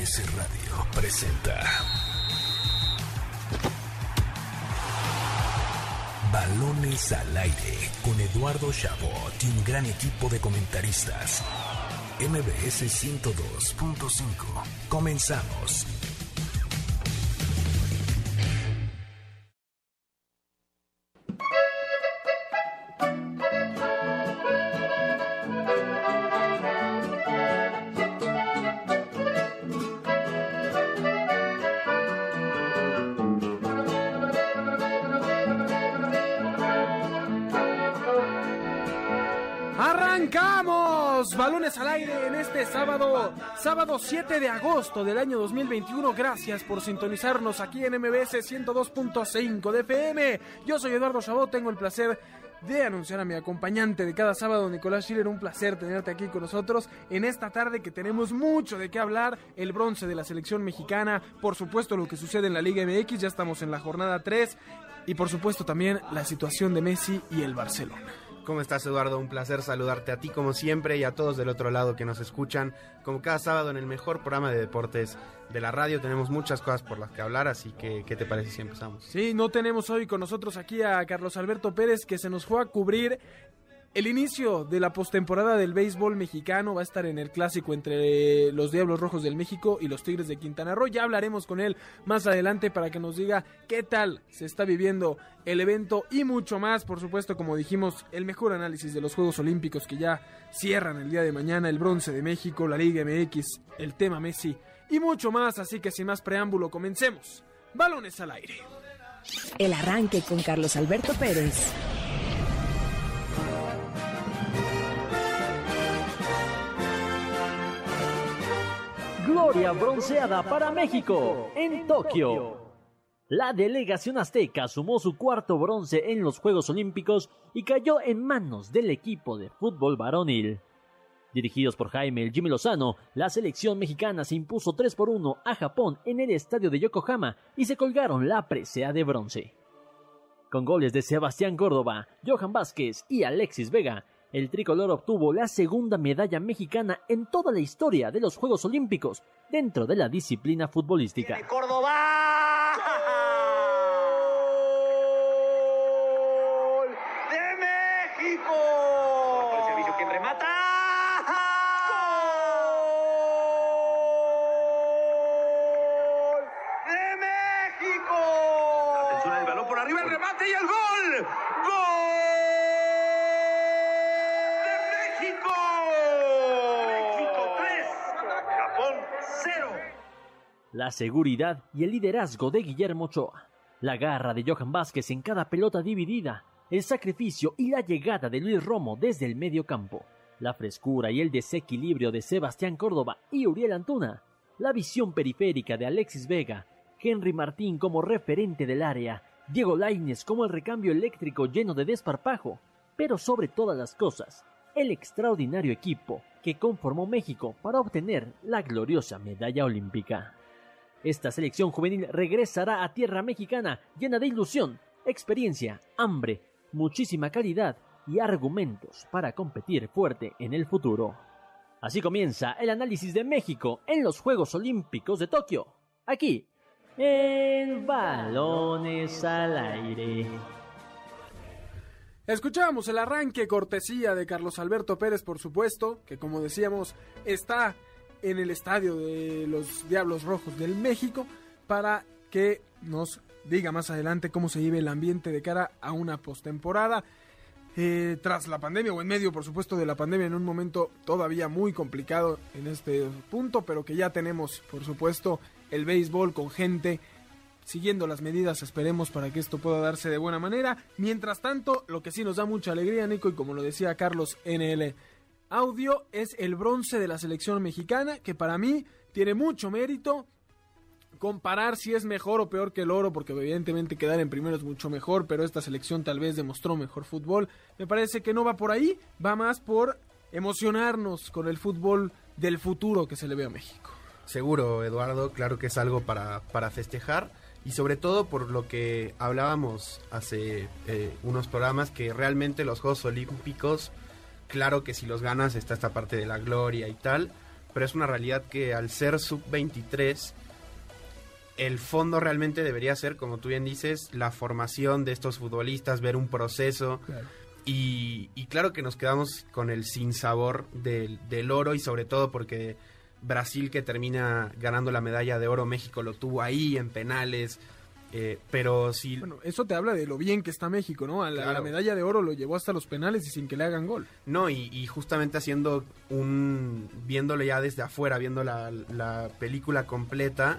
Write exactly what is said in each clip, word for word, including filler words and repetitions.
S Radio presenta Balones al Aire con Eduardo Chabot y un gran equipo de comentaristas. M B S ciento dos punto cinco. Comenzamos. ¡Arrancamos! Balones al aire en este sábado, sábado siete de agosto del año dos mil veintiuno. Gracias por sintonizarnos aquí en M B S ciento dos punto cinco de F M. Yo soy Eduardo Chabot, tengo el placer de anunciar a mi acompañante de cada sábado, Nicolás Schiller. Un placer tenerte aquí con nosotros en esta tarde que tenemos mucho de qué hablar. El bronce de la selección mexicana, por supuesto lo que sucede en la Liga M X, ya estamos en la jornada tres, y por supuesto también la situación de Messi y el Barcelona. ¿Cómo estás, Eduardo? Un placer saludarte a ti como siempre y a todos del otro lado que nos escuchan. Como cada sábado en el mejor programa de deportes de la radio, tenemos muchas cosas por las que hablar, así que ¿qué te parece si empezamos? Sí, no tenemos hoy con nosotros aquí a Carlos Alberto Pérez, que se nos fue a cubrir el inicio de la postemporada del béisbol mexicano. Va a estar en el clásico entre los Diablos Rojos del México y los Tigres de Quintana Roo. Ya hablaremos con él más adelante para que nos diga qué tal se está viviendo el evento y mucho más. Por supuesto, como dijimos, el mejor análisis de los Juegos Olímpicos que ya cierran el día de mañana, el bronce de México, la Liga M X, el tema Messi y mucho más. Así que sin más preámbulo, comencemos. Balones al aire. El arranque con Carlos Alberto Pérez. Gloria bronceada para México en Tokio. La delegación azteca sumó su cuarto bronce en los Juegos Olímpicos y cayó en manos del equipo de fútbol varonil. Dirigidos por Jaime el Jimmy Lozano, la selección mexicana se impuso tres por uno a Japón en el estadio de Yokohama y se colgaron la presea de bronce. Con goles de Sebastián Córdoba, Johan Vázquez y Alexis Vega, el tricolor obtuvo la segunda medalla mexicana en toda la historia de los Juegos Olímpicos dentro de la disciplina futbolística. ¡Córdoba! ¡Gol de México! ¡El servicio que remata! ¡Gol de México! Atención al balón por arriba, el remate y el gol. ¡Gol! La seguridad y el liderazgo de Guillermo Ochoa, la garra de Johan Vázquez en cada pelota dividida, el sacrificio y la llegada de Luis Romo desde el medio campo, la frescura y el desequilibrio de Sebastián Córdoba y Uriel Antuna, la visión periférica de Alexis Vega, Henry Martín como referente del área, Diego Lainez como el recambio eléctrico lleno de desparpajo, pero sobre todas las cosas, el extraordinario equipo que conformó México para obtener la gloriosa medalla olímpica. Esta selección juvenil regresará a tierra mexicana llena de ilusión, experiencia, hambre, muchísima calidad y argumentos para competir fuerte en el futuro. Así comienza el análisis de México en los Juegos Olímpicos de Tokio, aquí en Balones al Aire. Escuchamos el arranque cortesía de Carlos Alberto Pérez, por supuesto, que como decíamos está en el estadio de los Diablos Rojos del México, para que nos diga más adelante cómo se vive el ambiente de cara a una postemporada eh, tras la pandemia, o en medio, por supuesto, de la pandemia, en un momento todavía muy complicado en este punto, pero que ya tenemos, por supuesto, el béisbol con gente siguiendo las medidas, esperemos, para que esto pueda darse de buena manera. Mientras tanto, lo que sí nos da mucha alegría, Nico, y como lo decía Carlos en el audio, es el bronce de la selección mexicana, que para mí tiene mucho mérito. Comparar si es mejor o peor que el oro, porque evidentemente quedar en primero es mucho mejor, pero esta selección tal vez demostró mejor fútbol. Me parece que no va por ahí, va más por emocionarnos con el fútbol del futuro que se le ve a México. Seguro, Eduardo, claro que es algo para, para festejar, y sobre todo por lo que hablábamos hace eh, unos programas, que realmente los Juegos Olímpicos, claro que si los ganas está esta parte de la gloria y tal, pero es una realidad que al ser sub veintitrés, el fondo realmente debería ser, como tú bien dices, la formación de estos futbolistas, ver un proceso. Claro. Y, y claro que nos quedamos con el sinsabor del, del oro, y sobre todo porque Brasil, que termina ganando la medalla de oro, México lo tuvo ahí en penales. Eh, pero si... Bueno, eso te habla de lo bien que está México, ¿no? A la, Claro. la medalla de oro lo llevó hasta los penales y sin que le hagan gol. No, y, y justamente haciendo un... viéndolo ya desde afuera, viendo la, la película completa,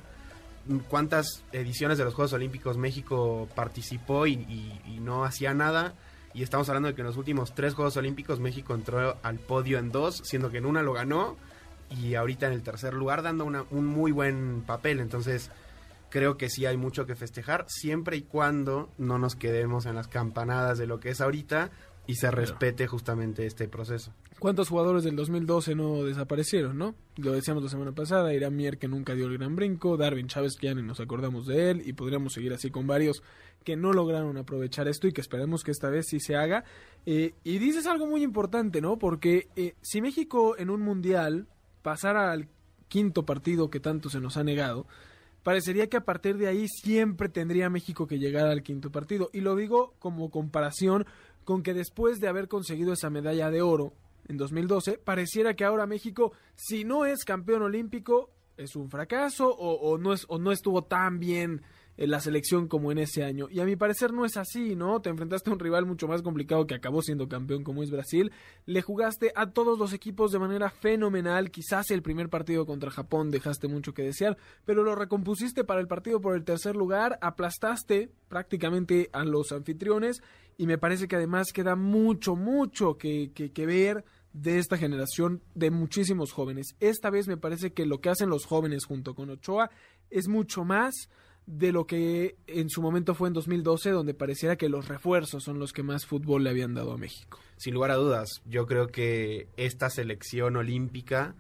cuántas ediciones de los Juegos Olímpicos México participó y, y, y no hacía nada. Y estamos hablando de que en los últimos tres Juegos Olímpicos México entró al podio en dos, siendo que en una lo ganó y ahorita en el tercer lugar dando una, un muy buen papel. Entonces creo que sí hay mucho que festejar, siempre y cuando no nos quedemos en las campanadas de lo que es ahorita y se respete justamente este proceso. ¿Cuántos jugadores del dos mil doce no desaparecieron, no? Lo decíamos la semana pasada, Irán Mier, que nunca dio el gran brinco, Darwin Chávez, que ya ni nos acordamos de él, y podríamos seguir así con varios que no lograron aprovechar esto y que esperemos que esta vez sí se haga. Eh, y dices algo muy importante, ¿no? Porque eh, si México en un mundial pasara al quinto partido que tanto se nos ha negado, parecería que a partir de ahí siempre tendría México que llegar al quinto partido. Y lo digo como comparación con que después de haber conseguido esa medalla de oro en dos mil doce, pareciera que ahora México, si no es campeón olímpico, es un fracaso o, o, no, es, o no estuvo tan bien en la selección como en ese año. Y a mi parecer no es así, ¿no? Te enfrentaste a un rival mucho más complicado que acabó siendo campeón como es Brasil. Le jugaste a todos los equipos de manera fenomenal. Quizás el primer partido contra Japón dejaste mucho que desear, pero lo recompusiste para el partido por el tercer lugar. Aplastaste prácticamente a los anfitriones y me parece que además queda mucho, mucho que, que, que ver de esta generación de muchísimos jóvenes. Esta vez me parece que lo que hacen los jóvenes junto con Ochoa es mucho más de lo que en su momento fue en dos mil doce, donde pareciera que los refuerzos son los que más fútbol le habían dado a México. Sin lugar a dudas, yo creo que esta selección olímpica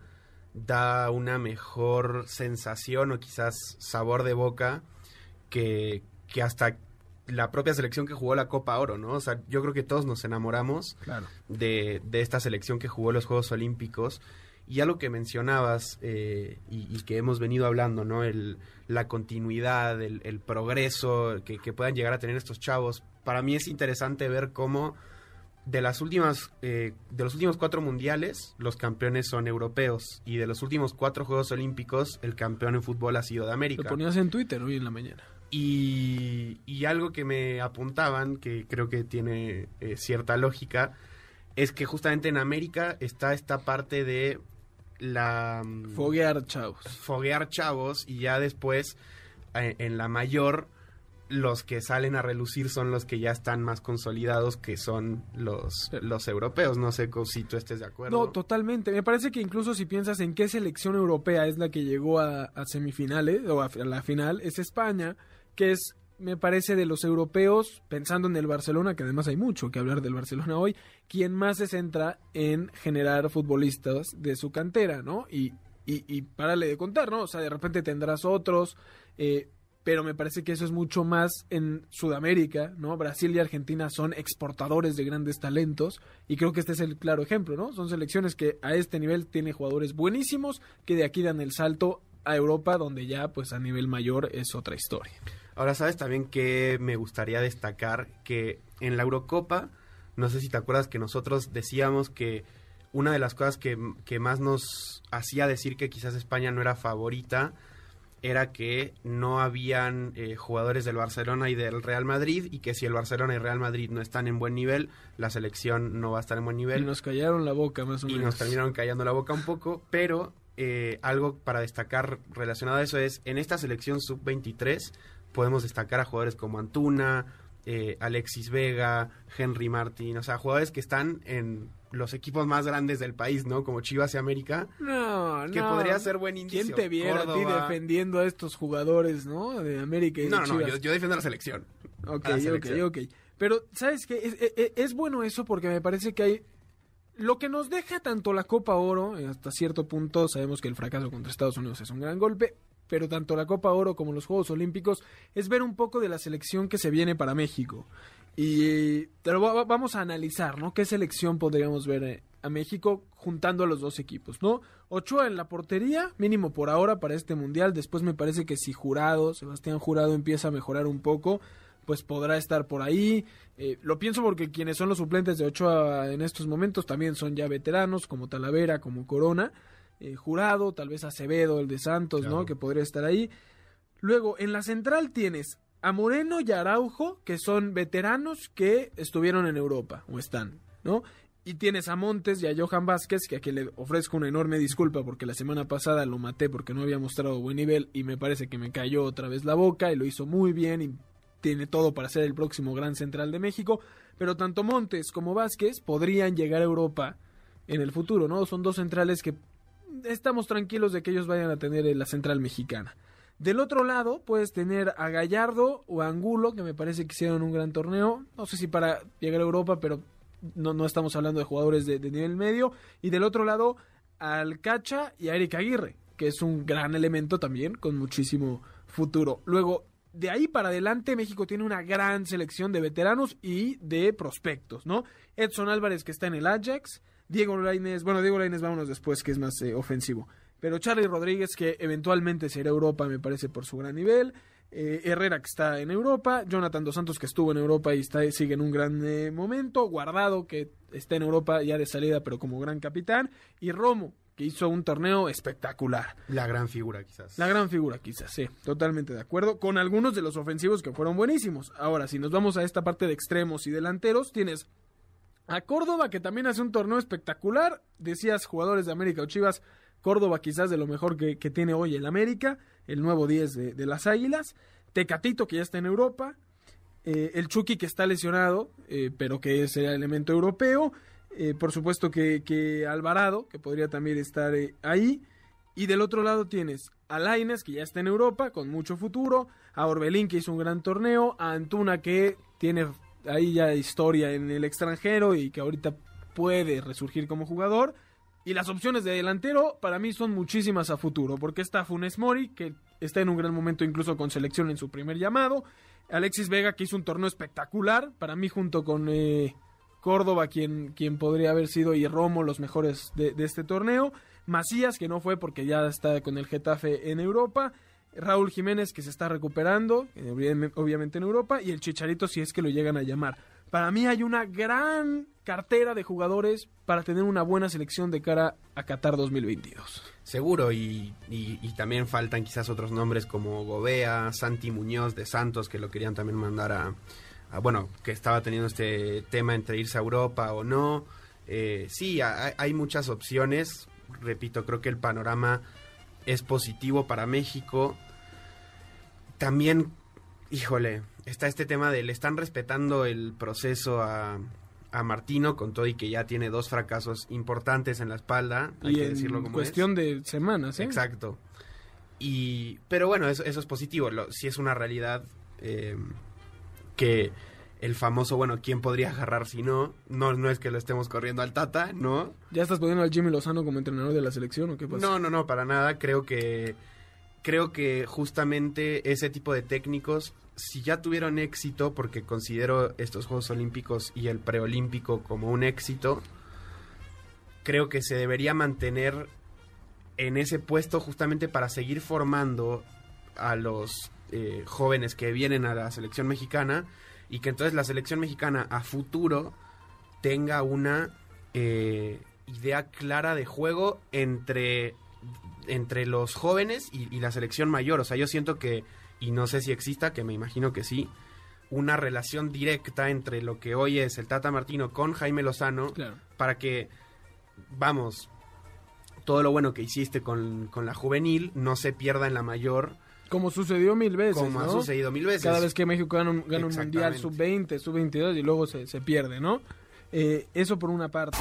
da una mejor sensación o quizás sabor de boca que, que hasta la propia selección que jugó la Copa Oro, ¿no? O sea, yo creo que todos nos enamoramos Claro. de, de esta selección que jugó los Juegos Olímpicos. Y algo que mencionabas eh, y, y que hemos venido hablando, ¿no? El, la continuidad, el, el progreso que, que puedan llegar a tener estos chavos. Para mí es interesante ver cómo de las últimas, eh, de los últimos cuatro mundiales, los campeones son europeos. Y de los últimos cuatro Juegos Olímpicos, el campeón en fútbol ha sido de América. Lo ponías en Twitter hoy en la mañana. Y, y algo que me apuntaban, que creo que tiene eh, cierta lógica, es que justamente en América está esta parte de la Foguear, chavos. foguear chavos, y ya después eh, en la mayor los que salen a relucir son los que ya están más consolidados, que son los, los europeos. No sé si tú estés de acuerdo. No, totalmente. Me parece que incluso si piensas en qué selección europea es la que llegó a, a semifinales o a, a la final, es España, que es, me parece, de los europeos, pensando en el Barcelona, que además hay mucho que hablar del Barcelona hoy, quien más se centra en generar futbolistas de su cantera, ¿no? Y, y, y párale de contar, ¿no? O sea, de repente tendrás otros, eh, pero me parece que eso es mucho más en Sudamérica, ¿no? Brasil y Argentina son exportadores de grandes talentos y creo que este es el claro ejemplo, ¿no? Son selecciones que a este nivel tienen jugadores buenísimos que de aquí dan el salto a Europa, donde ya pues a nivel mayor es otra historia. Ahora, ¿sabes también que me gustaría destacar? Que en la Eurocopa, no sé si te acuerdas que nosotros decíamos que una de las cosas que, que más nos hacía decir que quizás España no era favorita era que no habían eh, jugadores del Barcelona y del Real Madrid, y que si el Barcelona y el Real Madrid no están en buen nivel, la selección no va a estar en buen nivel. Y nos callaron la boca más o y menos. nos terminaron callando la boca un poco, pero eh, algo para destacar relacionado a eso es, en esta selección sub veintitrés podemos destacar a jugadores como Antuna, eh, Alexis Vega, Henry Martin, o sea, jugadores que están en los equipos más grandes del país, ¿no? Como Chivas y América. No, que no. podría ser buen indicio. ¿Quién te viera a ti Córdoba. defendiendo a estos jugadores, ¿no? De América y No, de no, no, Chivas. yo, yo defiendo a la selección. Ok, a la ok, selección. ok. Pero, ¿sabes qué? Es, es, es bueno eso porque me parece que hay... Lo que nos deja tanto la Copa Oro, hasta cierto punto sabemos que el fracaso contra Estados Unidos es un gran golpe, pero tanto la Copa Oro como los Juegos Olímpicos es ver un poco de la selección que se viene para México. Y pero va, vamos a analizar, ¿no? ¿Qué selección podríamos ver eh, a México juntando a los dos equipos, ¿no? Ochoa en la portería, mínimo por ahora para este mundial. Después me parece que si Jurado, Sebastián Jurado empieza a mejorar un poco, pues podrá estar por ahí. Eh, lo pienso porque quienes son los suplentes de Ochoa en estos momentos también son ya veteranos, como Talavera, como Corona. Eh, Jurado, tal vez Acevedo, el de Santos, claro, ¿no? Que podría estar ahí. Luego, en la central tienes a Moreno y a Araujo, que son veteranos que estuvieron en Europa, o están, ¿no? Y tienes a Montes y a Johan Vázquez, que a quien le ofrezco una enorme disculpa porque la semana pasada lo maté porque no había mostrado buen nivel y me parece que me cayó otra vez la boca y lo hizo muy bien y tiene todo para ser el próximo gran central de México. Pero tanto Montes como Vázquez podrían llegar a Europa en el futuro, ¿no? Son dos centrales que estamos tranquilos de que ellos vayan a tener la central mexicana. Del otro lado puedes tener a Gallardo o a Angulo, que me parece que hicieron un gran torneo. No sé si para llegar a Europa, pero no, no estamos hablando de jugadores de, de nivel medio. Y del otro lado, al Cacha y a Eric Aguirre, que es un gran elemento también, con muchísimo futuro. Luego, de ahí para adelante, México tiene una gran selección de veteranos y de prospectos, ¿no? Edson Álvarez, que está en el Ajax. Diego Lainez, bueno, Diego Lainez vámonos después, que es más eh, ofensivo. Pero Charly Rodríguez, que eventualmente se irá a Europa, me parece, por su gran nivel. Eh, Herrera, que está en Europa. Jonathan Dos Santos, que estuvo en Europa y está, sigue en un gran eh, momento. Guardado, que está en Europa ya de salida, pero como gran capitán. Y Romo, que hizo un torneo espectacular. La gran figura, quizás. La gran figura, quizás, sí. Totalmente de acuerdo. Con algunos de los ofensivos que fueron buenísimos. Ahora, si nos vamos a esta parte de extremos y delanteros, tienes a Córdoba, que también hace un torneo espectacular. Decías jugadores de América o Chivas. Córdoba quizás de lo mejor que, que tiene hoy el América, el nuevo diez de, de las Águilas. Tecatito, que ya está en Europa. Eh, el Chucky, que está lesionado, eh, pero que es el elemento europeo. Eh, por supuesto que, que Alvarado, que podría también estar eh, ahí. Y del otro lado tienes a Lainez, que ya está en Europa, con mucho futuro. A Orbelín, que hizo un gran torneo. A Antuna, que tiene ahí ya historia en el extranjero y que ahorita puede resurgir como jugador. Y las opciones de delantero para mí son muchísimas a futuro, porque está Funes Mori, que está en un gran momento incluso con selección en su primer llamado. Alexis Vega, que hizo un torneo espectacular, para mí junto con eh, Córdoba, quien, quien podría haber sido, y Romo, los mejores de, de este torneo. Macías, que no fue porque ya está con el Getafe en Europa. Raúl Jiménez, que se está recuperando, obviamente en Europa. Y el Chicharito, si es que lo llegan a llamar. Para mí hay una gran cartera de jugadores para tener una buena selección de cara a Qatar dos mil veintidós. Seguro, y, y, y también faltan quizás otros nombres como Gobea, Santi Muñoz de Santos, que lo querían también mandar a, a bueno, que estaba teniendo este tema entre irse a Europa o no. Eh, sí, hay, hay muchas opciones. Repito, creo que el panorama es positivo para México. También, híjole, está este tema de le están respetando el proceso a, a Martino, con todo y que ya tiene dos fracasos importantes en la espalda, hay y que en decirlo como cuestión es. de semanas, ¿eh? Exacto. Y, pero bueno, eso, eso es positivo. Lo, sí es una realidad eh, que el famoso, bueno, ¿quién podría agarrar si no? No, no es que lo estemos corriendo al Tata, ¿no? ¿Ya estás poniendo al Jimmy Lozano como entrenador de la selección o qué pasa? No, no, no, para nada. Creo que creo que justamente ese tipo de técnicos, si ya tuvieron éxito, porque considero estos Juegos Olímpicos y el preolímpico como un éxito, creo que se debería mantener en ese puesto justamente para seguir formando a los eh, jóvenes que vienen a la selección mexicana, y que entonces la selección mexicana a futuro tenga una eh, idea clara de juego entre, entre los jóvenes y, y la selección mayor. O sea, yo siento que, y no sé si exista, que me imagino que sí, una relación directa entre lo que hoy es el Tata Martino con Jaime Lozano, claro, para que, vamos, todo lo bueno que hiciste con, con la juvenil no se pierda en la mayor. Como sucedió mil veces, Como ¿no? ha sucedido mil veces. Cada vez que México gana un, gana un mundial sub veinte, sub veintidós y luego se, se pierde, ¿no? Eh, eso por una parte.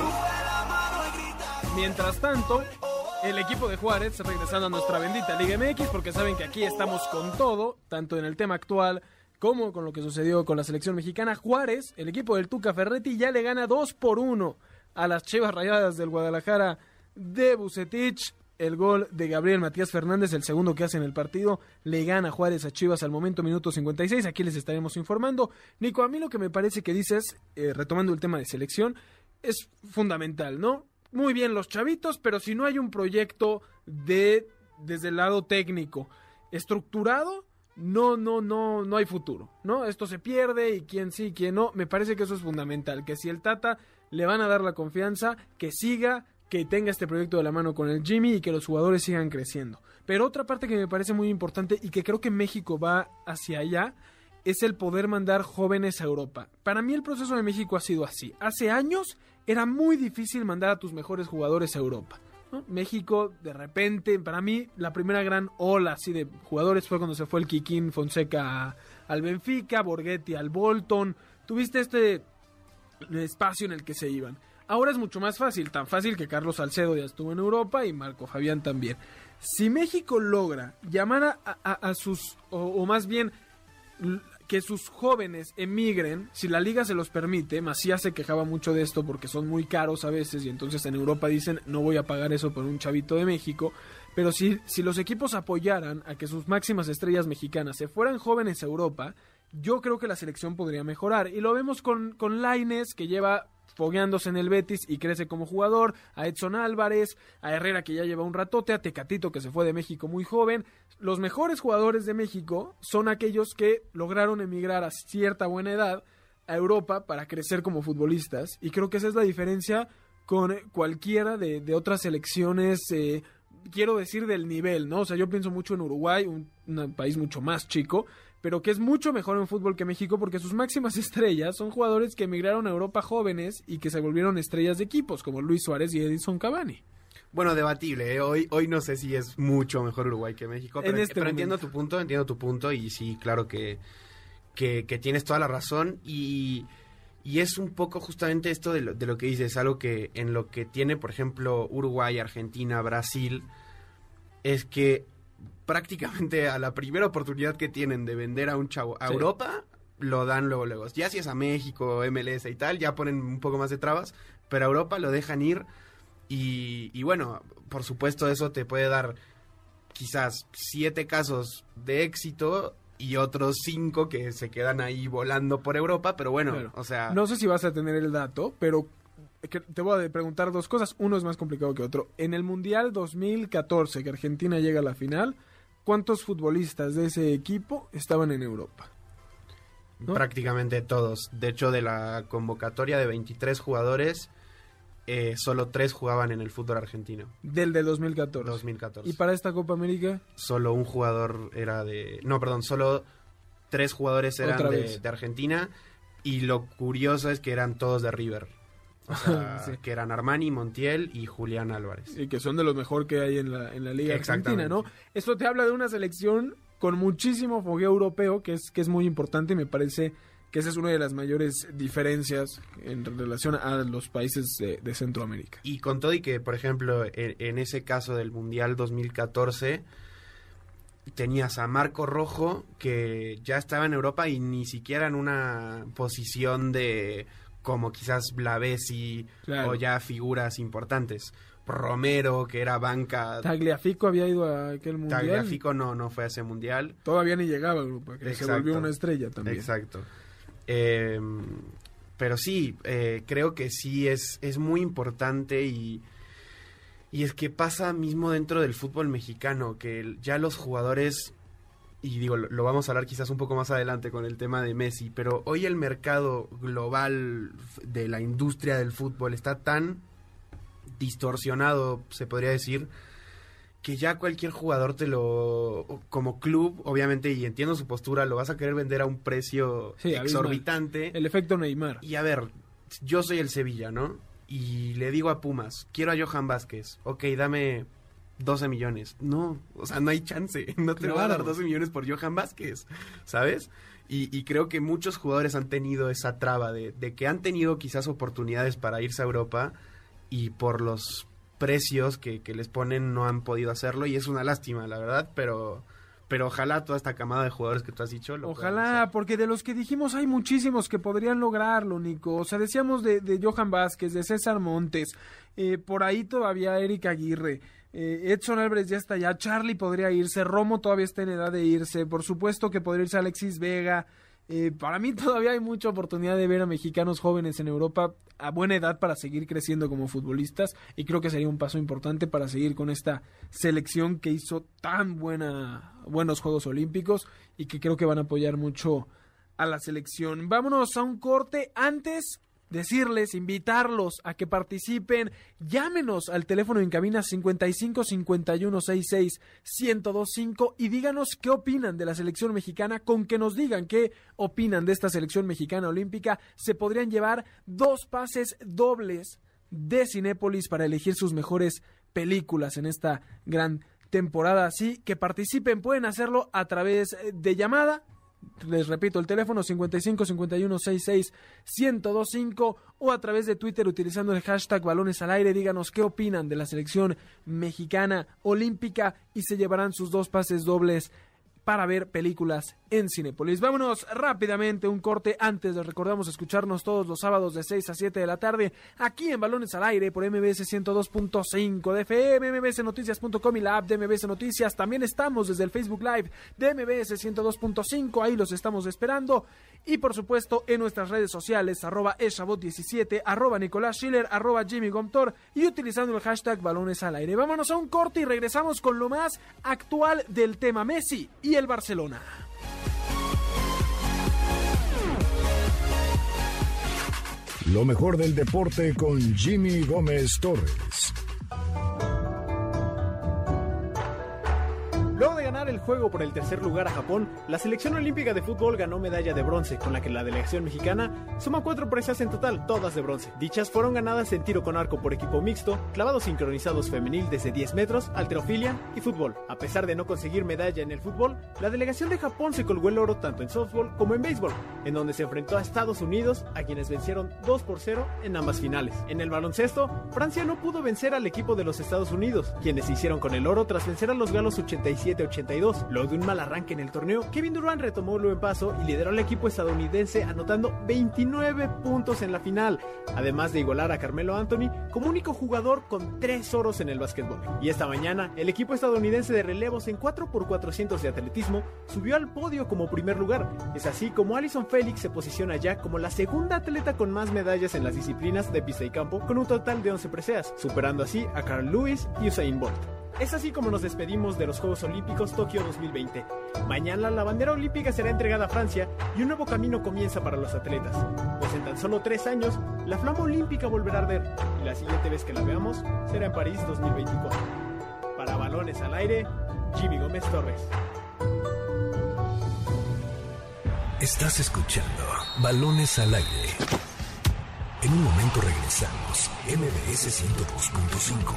Mientras tanto, el equipo de Juárez, regresando a nuestra bendita Liga M X, porque saben que aquí estamos con todo, tanto en el tema actual como con lo que sucedió con la selección mexicana. Juárez, el equipo del Tuca Ferretti, ya le gana dos por uno a las Chivas Rayadas del Guadalajara de Bucetich. el gol de Gabriel Matías Fernández, el segundo que hace en el partido, le gana Juárez a Chivas al momento, minuto cincuenta y seis, aquí les estaremos informando. Nico, a mí lo que me parece que dices, eh, retomando el tema de selección, es fundamental, ¿no? Muy bien los chavitos, pero si no hay un proyecto de desde el lado técnico estructurado, no, no, no, no hay futuro, ¿no? Esto se pierde y quién sí, quién no. Me parece que eso es fundamental, que si el Tata le van a dar la confianza, que siga, que tenga este proyecto de la mano con el Jimmy y que los jugadores sigan creciendo. Pero otra parte que me parece muy importante y que creo que México va hacia allá es el poder mandar jóvenes a Europa. Para mí el proceso de México ha sido así. Hace años era muy difícil mandar a tus mejores jugadores a Europa, ¿no? México, de repente, para mí, la primera gran ola así de jugadores fue cuando se fue el Kikín Fonseca a, al Benfica, Borghetti al Bolton. Tuviste este espacio en el que se iban. Ahora es mucho más fácil, tan fácil que Carlos Salcedo ya estuvo en Europa y Marco Fabián también. Si México logra llamar a, a, a sus, o, o más bien que sus jóvenes emigren, si la liga se los permite, Macías se quejaba mucho de esto porque son muy caros a veces y entonces en Europa dicen no voy a pagar eso por un chavito de México, pero si, si los equipos apoyaran a que sus máximas estrellas mexicanas se fueran jóvenes a Europa, yo creo que la selección podría mejorar y lo vemos con, con Lainez, que lleva fogueándose en el Betis y crece como jugador, a Edson Álvarez, a Herrera, que ya lleva un ratote, a Tecatito, que se fue de México muy joven. Los mejores jugadores de México son aquellos que lograron emigrar a cierta buena edad a Europa para crecer como futbolistas, y creo que esa es la diferencia con cualquiera de, de otras selecciones, eh, quiero decir del nivel, ¿no? O sea, yo pienso mucho en Uruguay, un, un país mucho más chico, pero que es mucho mejor en fútbol que México porque sus máximas estrellas son jugadores que emigraron a Europa jóvenes y que se volvieron estrellas de equipos, como Luis Suárez y Edinson Cavani. Bueno, debatible, ¿eh? hoy hoy no sé si es mucho mejor Uruguay que México, pero, este pero entiendo tu punto, entiendo tu punto y sí, claro que, que, que tienes toda la razón y, y es un poco justamente esto de lo, de lo que dices, algo que en lo que tiene, por ejemplo, Uruguay, Argentina, Brasil, es que prácticamente a la primera oportunidad que tienen de vender a un chavo a sí. Europa, lo dan luego, luego. Ya si es a México, M L S y tal, ya ponen un poco más de trabas, pero a Europa lo dejan ir y, y bueno, por supuesto eso te puede dar quizás siete casos de éxito y otros cinco que se quedan ahí volando por Europa, pero bueno, claro. o sea... No sé si vas a tener el dato, pero te voy a preguntar dos cosas. Uno es más complicado que otro. En el Mundial dos mil catorce, que Argentina llega a la final, ¿cuántos futbolistas de ese equipo estaban en Europa? ¿No? Prácticamente todos. De hecho, de la convocatoria de veintitrés jugadores, eh, solo tres jugaban en el fútbol argentino. Del de dos mil catorce. dos mil catorce. ¿Y para esta Copa América? Solo un jugador era de... No, perdón, solo tres jugadores eran de, de Argentina y lo curioso es que eran todos de River. O sea, sí. que eran Armani, Montiel y Julián Álvarez. Y que son de los mejor que hay en la, en la Liga Argentina, ¿no? Esto te habla de una selección con muchísimo fogueo europeo, que es, que es muy importante y me parece que esa es una de las mayores diferencias en relación a los países de, de Centroamérica. Y con todo y que, por ejemplo, en, en ese caso del Mundial dos mil catorce, tenías a Marco Rojo, que ya estaba en Europa y ni siquiera en una posición de... como quizás Blavesi, claro. o ya figuras importantes. Romero, que era banca... Tagliafico había ido a aquel mundial. Tagliafico no, no fue a ese mundial. Todavía ni llegaba a Europa, que Exacto. se volvió una estrella también. Exacto. Eh, pero sí, eh, creo que sí es, es muy importante y, y es que pasa mismo dentro del fútbol mexicano, que ya los jugadores... Y digo, lo, lo vamos a hablar quizás un poco más adelante con el tema de Messi, pero hoy el mercado global de la industria del fútbol está tan distorsionado, se podría decir, que ya cualquier jugador te lo... Como club, obviamente, y entiendo su postura, lo vas a querer vender a un precio sí, exorbitante. Abismal. El efecto Neymar. Y a ver, yo soy el Sevilla, ¿no? Y le digo a Pumas, quiero a Johan Vázquez, ok, dame... doce millones. No, o sea, no hay chance. No te claro. voy a dar doce millones por Johan Vázquez, ¿sabes? Y, y creo que muchos jugadores han tenido esa traba de, de que han tenido quizás oportunidades para irse a Europa y por los precios que, que les ponen no han podido hacerlo y es una lástima, la verdad, pero... Pero ojalá toda esta camada de jugadores que tú has dicho lo Ojalá, porque de los que dijimos hay muchísimos que podrían lograrlo, Nico. O sea, decíamos de, de Johan Vázquez, de César Montes, eh, por ahí todavía Eric Aguirre. Eh, Edson Álvarez ya está allá, Charlie podría irse, Romo todavía está en edad de irse, por supuesto que podría irse Alexis Vega. Eh, para mí todavía hay mucha oportunidad de ver a mexicanos jóvenes en Europa a buena edad para seguir creciendo como futbolistas, y creo que sería un paso importante para seguir con esta selección que hizo tan buena, buenos Juegos Olímpicos y que creo que van a apoyar mucho a la selección. Vámonos a un corte. Antes, decirles, invitarlos a que participen. Llámenos al teléfono en cabina cincuenta y cinco cincuenta y uno sesenta y seis ciento veinticinco y díganos qué opinan de la selección mexicana. Con que nos digan qué opinan de esta selección mexicana olímpica, se podrían llevar dos pases dobles de Cinépolis para elegir sus mejores películas en esta gran temporada. Así que participen, pueden hacerlo a través de llamada. Les repito, el teléfono cincuenta y cinco cincuenta y uno sesenta y seis ciento veinticinco o a través de Twitter utilizando el hashtag Balones al Aire. Díganos qué opinan de la selección mexicana olímpica y se llevarán sus dos pases dobles para ver películas en Cinépolis. Vámonos rápidamente, un corte antes de recordamos escucharnos todos los sábados de seis a siete de la tarde aquí en Balones al Aire por M B S ciento dos punto cinco de F M, M B S noticias punto com y la app de M B S Noticias. También estamos desde el Facebook Live de M B S ciento dos punto cinco, ahí los estamos esperando. Y por supuesto en nuestras redes sociales, arroba eshabot diecisiete, arroba Nicolás Schiller, arroba Jimmy Gomtor y utilizando el hashtag Balones al Aire. Vámonos a un corte y regresamos con lo más actual del tema Messi y el Barcelona. Lo mejor del deporte con Jimmy Gómez Torres. Luego de ganar el juego por el tercer lugar a Japón, la selección olímpica de fútbol ganó medalla de bronce, con la que la delegación mexicana suma cuatro presas en total, todas de bronce. Dichas fueron ganadas en tiro con arco por equipo mixto, clavados sincronizados femenil desde diez metros, halterofilia y fútbol. A pesar de no conseguir medalla en el fútbol, la delegación de Japón se colgó el oro tanto en softball como en béisbol, en donde se enfrentó a Estados Unidos, a quienes vencieron dos por cero en ambas finales. En el baloncesto, Francia no pudo vencer al equipo de los Estados Unidos, quienes se hicieron con el oro tras vencer a los galos ochenta y siete a ochenta y dos. Luego de un mal arranque en el torneo, Kevin Durant retomó el buen paso y lideró al equipo estadounidense anotando veintinueve puntos en la final, además de igualar a Carmelo Anthony como único jugador con tres oros en el básquetbol. Y esta mañana, el equipo estadounidense de relevos en cuatro por cuatrocientos de atletismo subió al podio como primer lugar. Es así como Allyson Felix se posiciona ya como la segunda atleta con más medallas en las disciplinas de pista y campo, con un total de once preseas, superando así a Carl Lewis y Usain Bolt. Es así como nos despedimos de los Juegos Olímpicos Tokio dos mil veinte. Mañana la bandera olímpica será entregada a Francia y un nuevo camino comienza para los atletas, pues en tan solo tres años la flama olímpica volverá a arder y la siguiente vez que la veamos será en París dos mil veinticuatro. Para Balones al Aire, Jimmy Gómez Torres. Estás escuchando Balones al Aire. En un momento regresamos. M B S ciento dos punto cinco.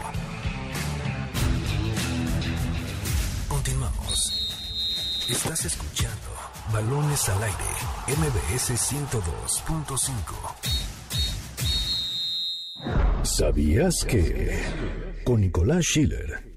Continuamos. Estás escuchando Balones al Aire, M B S ciento dos punto cinco. ¿Sabías que? Con Nicolás Schiller.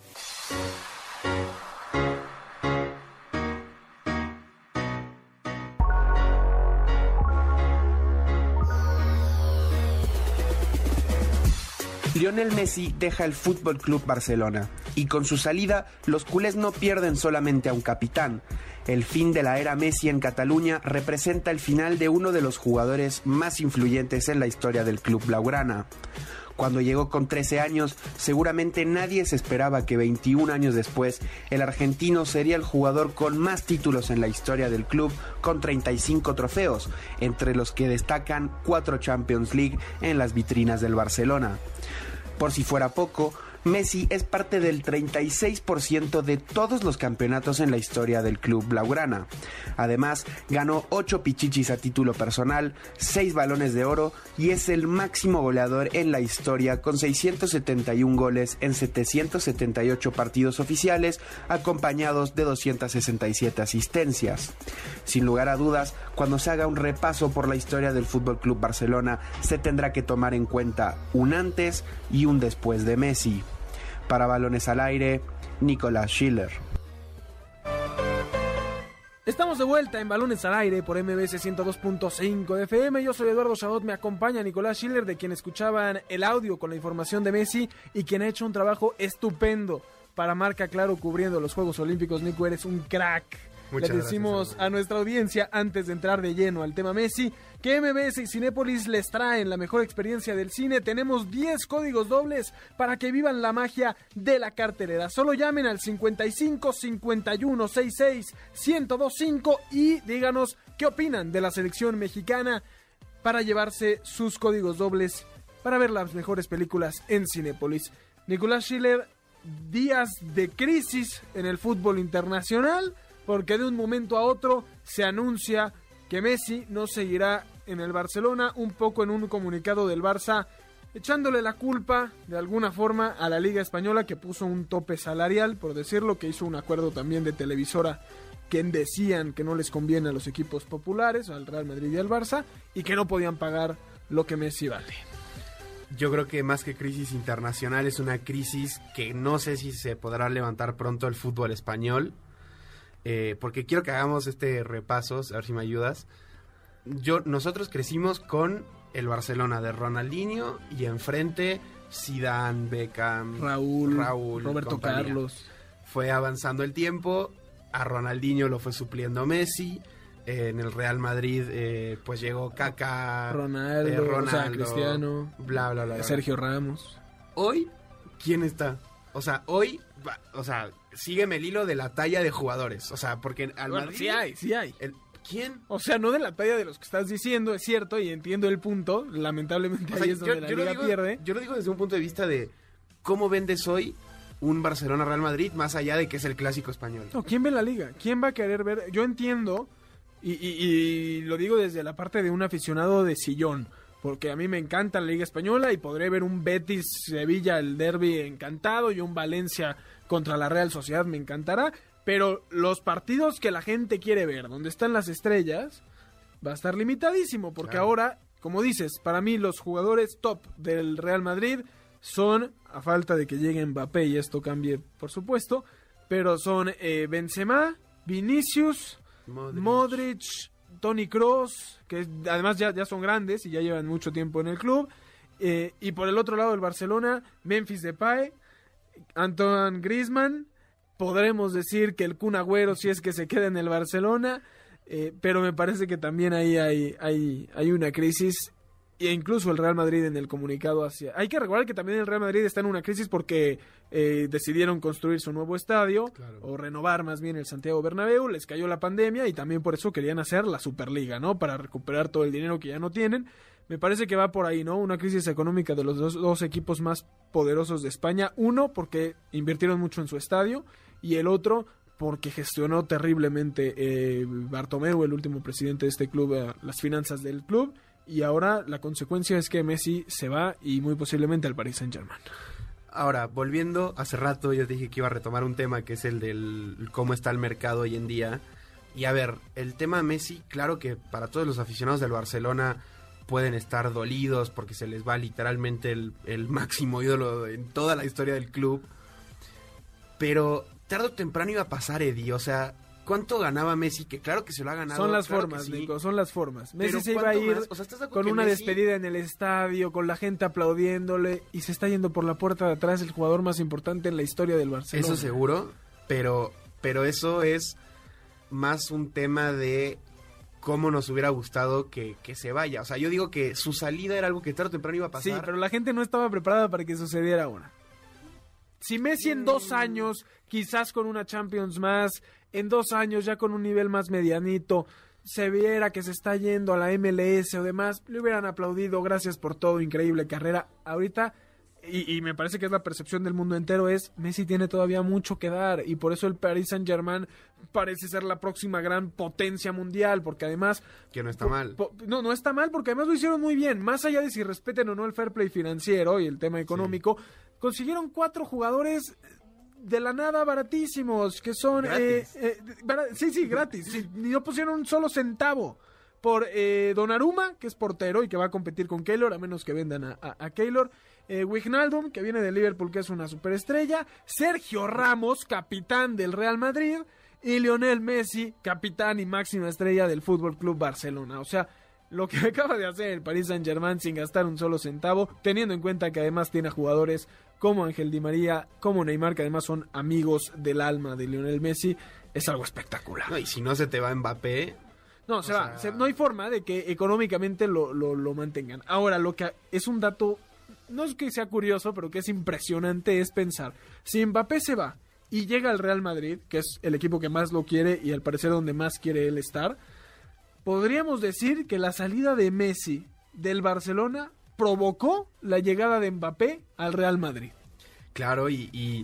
Lionel Messi deja el Fútbol Club Barcelona y con su salida los culés no pierden solamente a un capitán. El fin de la era Messi en Cataluña representa el final de uno de los jugadores más influyentes en la historia del club blaugrana. Cuando llegó con trece años, seguramente nadie se esperaba que veintiún años después, el argentino sería el jugador con más títulos en la historia del club, con treinta y cinco trofeos, entre los que destacan cuatro Champions League en las vitrinas del Barcelona. Por si fuera poco, Messi es parte del treinta y seis por ciento de todos los campeonatos en la historia del club blaugrana. Además, ganó ocho pichichis a título personal, seis balones de oro y es el máximo goleador en la historia con seiscientos setenta y uno goles en setecientos setenta y ocho partidos oficiales, acompañados de doscientas sesenta y siete asistencias. Sin lugar a dudas, cuando se haga un repaso por la historia del F C Barcelona, se tendrá que tomar en cuenta un antes y un después de Messi. Para Balones al Aire, Nicolás Schiller. Estamos de vuelta en Balones al Aire por M B S ciento dos punto cinco de F M. Yo soy Eduardo Chabot, me acompaña Nicolás Schiller, de quien escuchaban el audio con la información de Messi y quien ha hecho un trabajo estupendo para Marca Claro cubriendo los Juegos Olímpicos. Nico, eres un crack. Muchas Le decimos gracias, a nuestra audiencia, antes de entrar de lleno al tema Messi, que M B S y Cinépolis les traen la mejor experiencia del cine. Tenemos diez códigos dobles para que vivan la magia de la cartelera. Solo llamen al cincuenta y cinco, cincuenta y uno, sesenta y seis, ciento veinticinco y díganos qué opinan de la selección mexicana para llevarse sus códigos dobles para ver las mejores películas en Cinépolis. Nicolás Schiller, días de crisis en el fútbol internacional, porque de un momento a otro se anuncia que Messi no seguirá en el Barcelona, un poco en un comunicado del Barça, echándole la culpa de alguna forma a la Liga Española, que puso un tope salarial, por decirlo, que hizo un acuerdo también de televisora que decían que no les conviene a los equipos populares, al Real Madrid y al Barça, y que no podían pagar lo que Messi vale. Yo creo que más que crisis internacional es una crisis que no sé si se podrá levantar pronto el fútbol español. Eh, porque quiero que hagamos este repaso, a ver si me ayudas. Yo, nosotros crecimos con el Barcelona de Ronaldinho y enfrente Zidane, Beckham, Raúl, Raúl Roberto compañía. Carlos. Fue avanzando el tiempo, a Ronaldinho lo fue supliendo Messi, eh, en el Real Madrid eh, pues llegó Kaká, Ronaldo, eh, Ronaldo, o sea, Cristiano, bla, bla, bla, bla. Sergio Ramos. Hoy, ¿quién está? O sea, hoy, o sea, sígueme el hilo de la talla de jugadores. O sea, porque al Bueno, Madrid... sí hay, sí hay. El, ¿Quién? O sea, no de la talla de los que estás diciendo, es cierto, y entiendo el punto. Lamentablemente O sea, ahí es donde yo, la yo lo liga digo, pierde. yo lo digo desde un punto de vista de cómo vendes hoy un Barcelona-Real Madrid, más allá de que es el clásico español. No, ¿quién ve la liga? ¿Quién va a querer ver? Yo entiendo, y, y, y lo digo desde la parte de un aficionado de sillón, porque a mí me encanta la Liga Española y podré ver un Betis-Sevilla, el derbi, encantado, y un Valencia contra la Real Sociedad, me encantará, pero los partidos que la gente quiere ver, donde están las estrellas, va a estar limitadísimo, porque Claro. ahora, como dices, para mí los jugadores top del Real Madrid son, a falta de que llegue Mbappé y esto cambie, por supuesto, pero son eh, Benzema, Vinicius, Modric. Modric, Toni Kroos, que además ya, ya son grandes y ya llevan mucho tiempo en el club, eh, y por el otro lado del Barcelona, Memphis Depay, Antoine Griezmann, podremos decir que el Kun Agüero si es que se queda en el Barcelona, eh, pero me parece que también ahí hay, hay, hay una crisis, e incluso el Real Madrid en el comunicado hacia... Hay que recordar que también el Real Madrid está en una crisis porque eh, decidieron construir su nuevo estadio, Claro. o renovar más bien el Santiago Bernabéu, les cayó la pandemia y también por eso querían hacer la Superliga, ¿no? Para recuperar todo el dinero que ya no tienen. Me parece que va por ahí, ¿no? Una crisis económica de los dos, dos equipos más poderosos de España. Uno, porque invirtieron mucho en su estadio, y el otro, porque gestionó terriblemente eh, Bartomeu, el último presidente de este club, eh, las finanzas del club. Y ahora la consecuencia es que Messi se va y muy posiblemente al Paris Saint-Germain. Ahora, volviendo, hace rato yo te dije que iba a retomar un tema que es el del cómo está el mercado hoy en día. Y a ver, el tema Messi, claro que para todos los aficionados del Barcelona pueden estar dolidos porque se les va literalmente el, el máximo ídolo en toda la historia del club. Pero tarde o temprano iba a pasar, Eddie, o sea... ¿Cuánto ganaba Messi? Que claro que se lo ha ganado. Son las claro formas, que sí. Nico, son las formas. Messi Pero se iba a ¿cuánto ir más? O sea, ¿estás de acuerdo con que una Messi- despedida en el estadio, con la gente aplaudiéndole, y se está yendo por la puerta de atrás el jugador más importante en la historia del Barcelona. Eso seguro, pero, pero eso es más un tema de cómo nos hubiera gustado que, que se vaya. O sea, yo digo que su salida era algo que tarde o temprano iba a pasar. Sí, pero la gente no estaba preparada para que sucediera ahora. Si Messi en dos años, quizás con una Champions más, en dos años ya con un nivel más medianito, se viera que se está yendo a la M L S o demás, le hubieran aplaudido, gracias por todo, increíble carrera. Ahorita, y, y me parece que es la percepción del mundo entero, es Messi tiene todavía mucho que dar, y por eso el Paris Saint-Germain parece ser la próxima gran potencia mundial, porque además... Que no está po- mal. po- no, no está mal, porque además lo hicieron muy bien, más allá de si respeten o no el fair play financiero y el tema económico, consiguieron cuatro jugadores de la nada baratísimos, que son... eh, Gratis. eh, bara- sí, sí, gratis, sí, no pusieron un solo centavo. Por eh, Donnarumma, que es portero y que va a competir con Keylor, a menos que vendan a, a, a Keylor. Eh, Wijnaldum, que viene de Liverpool, que es una superestrella. Sergio Ramos, capitán del Real Madrid. y Lionel Messi, capitán y máxima estrella del Fútbol Club Barcelona. O sea, lo que acaba de hacer el Paris Saint-Germain sin gastar un solo centavo, teniendo en cuenta que además tiene a jugadores como Ángel Di María, como Neymar, que además son amigos del alma de Lionel Messi, es algo espectacular. No, y si no se te va Mbappé... No, se va. Se, no hay forma de que económicamente lo, lo, lo mantengan. Ahora, lo que es un dato, no es que sea curioso, pero que es impresionante, es pensar, si Mbappé se va y llega al Real Madrid, que es el equipo que más lo quiere y al parecer donde más quiere él estar, podríamos decir que la salida de Messi del Barcelona provocó la llegada de Mbappé al Real Madrid. Claro, y, y,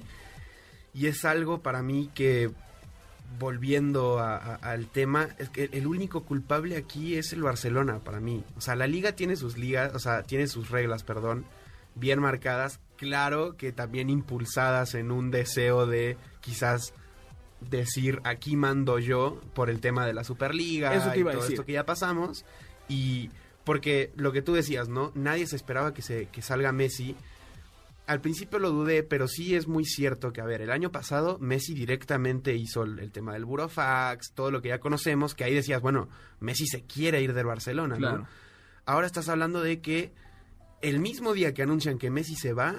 y es algo para mí que... Volviendo a, a, al tema, es que el único culpable aquí es el Barcelona para mí. O sea, la liga tiene sus ligas, o sea, tiene sus reglas, perdón, bien marcadas. Claro que también impulsadas en un deseo de quizás decir aquí mando yo por el tema de la Superliga. Eso te iba y todo a decir. Esto que ya pasamos. Y porque lo que tú decías, ¿no? Nadie se esperaba que se que salga Messi. Al principio lo dudé, pero sí es muy cierto que, a ver, el año pasado Messi directamente hizo el, el tema del burofax, todo lo que ya conocemos, que ahí decías, bueno, Messi se quiere ir del Barcelona, claro. ¿no? Ahora estás hablando de que el mismo día que anuncian que Messi se va,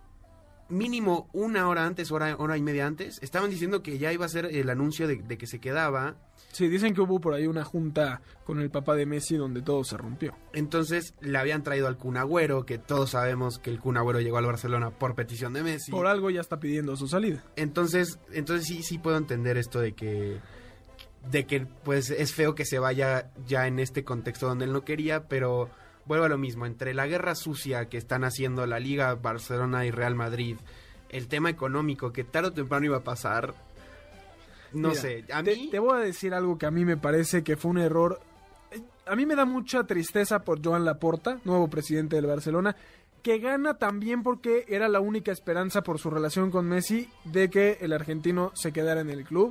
mínimo una hora antes, hora, hora y media antes, estaban diciendo que ya iba a ser el anuncio de, de que se quedaba. Sí, dicen que hubo por ahí una junta con el papá de Messi donde todo se rompió. Entonces le habían traído al Kun Agüero, que todos sabemos que el Kun Agüero llegó al Barcelona por petición de Messi. Por algo ya está pidiendo su salida. Entonces, entonces sí, sí puedo entender esto de que, de que pues es feo que se vaya ya en este contexto donde él no quería, pero vuelvo a lo mismo, entre la guerra sucia que están haciendo la Liga, Barcelona y Real Madrid, el tema económico que tarde o temprano iba a pasar... No Mira, sé, a te, mí... te voy a decir algo que a mí me parece que fue un error. A mí me da mucha tristeza por Joan Laporta, nuevo presidente del Barcelona, que gana también porque era la única esperanza por su relación con Messi de que el argentino se quedara en el club.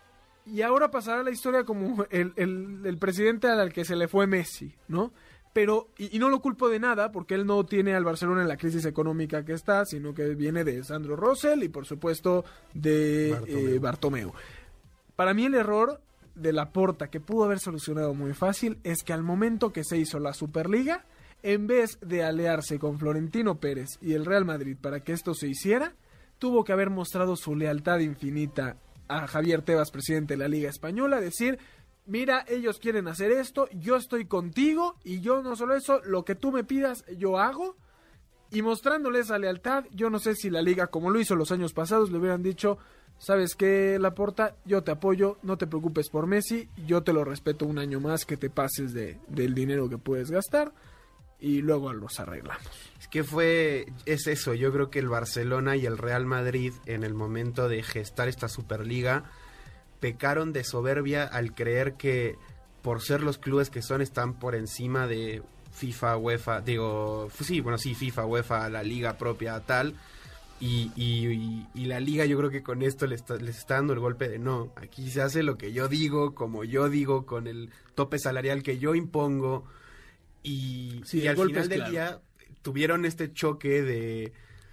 Y ahora pasará la historia como el, el, el presidente al que se le fue Messi, ¿no? Pero, y, y no lo culpo de nada, porque él no tiene al Barcelona en la crisis económica que está, sino que viene de Sandro Rosell y por supuesto de Bartomeu. Eh, Bartomeu. Para mí el error de Laporta, que pudo haber solucionado muy fácil, es que al momento que se hizo la Superliga, en vez de aliarse con Florentino Pérez y el Real Madrid para que esto se hiciera, tuvo que haber mostrado su lealtad infinita a Javier Tebas, presidente de la Liga Española, decir... Mira, ellos quieren hacer esto, yo estoy contigo y yo no solo eso, lo que tú me pidas yo hago, y mostrándole esa lealtad, yo no sé si la liga, como lo hizo los años pasados, le hubieran dicho, ¿sabes qué, Laporta? Yo te apoyo, no te preocupes por Messi, yo te lo respeto un año más que te pases de, del dinero que puedes gastar y luego los arreglamos. Es que fue, es eso, yo creo que el Barcelona y el Real Madrid en el momento de gestar esta Superliga pecaron de soberbia al creer que por ser los clubes que son están por encima de FIFA, UEFA, digo, sí, bueno, sí, FIFA, UEFA, la liga propia, tal, y, y, y, y la liga yo creo que con esto les está, les está dando el golpe de no, aquí se hace lo que yo digo, como yo digo, con el tope salarial que yo impongo, y, sí, y al final del claro. día tuvieron este choque de,